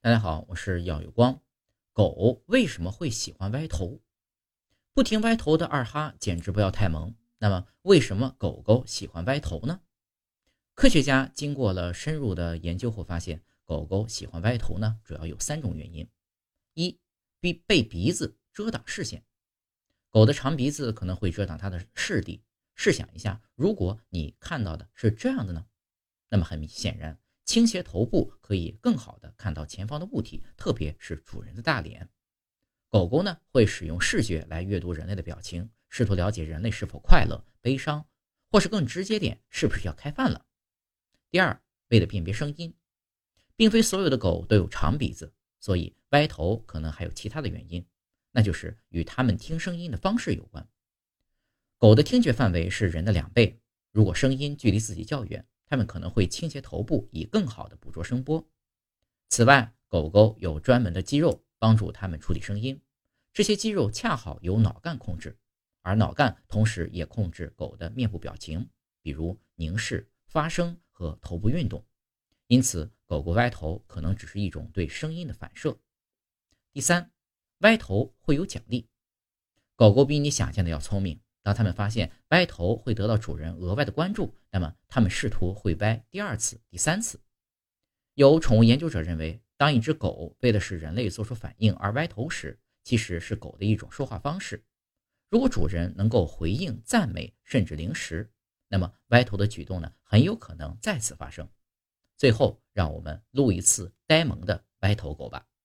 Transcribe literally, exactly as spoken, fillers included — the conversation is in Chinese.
大家好，我是耀有光。狗为什么会喜欢歪头？不停歪头的二哈简直不要太萌。那么为什么狗狗喜欢歪头呢？科学家经过了深入的研究后发现，狗狗喜欢歪头呢，主要有三种原因。一，被被鼻子遮挡视线。狗的长鼻子可能会遮挡它的视力。试想一下，如果你看到的是这样的呢？那么很显然，倾斜头部可以更好的看到前方的物体，特别是主人的大脸。狗狗呢会使用视觉来阅读人类的表情，试图了解人类是否快乐、悲伤，或是更直接点，是不是要开饭了。第二，为了辨别声音，并非所有的狗都有长鼻子，所以歪头可能还有其他的原因，那就是与它们听声音的方式有关。狗的听觉范围是人的两倍，如果声音距离自己较远，它们可能会倾斜头部以更好的捕捉声波。此外，狗狗有专门的肌肉帮助它们处理声音，这些肌肉恰好由脑干控制，而脑干同时也控制狗的面部表情，比如凝视、发声和头部运动。因此，狗狗歪头可能只是一种对声音的反射。第三，歪头会有奖励。狗狗比你想象的要聪明，当它们发现歪头会得到主人额外的关注，那么它们试图会歪第二次、第三次。有宠物研究者认为，当一只狗为了使人类做出反应而歪头时，其实是狗的一种说话方式。如果主人能够回应、赞美甚至零食，那么歪头的举动呢，很有可能再次发生。最后，让我们录一次呆萌的歪头狗吧。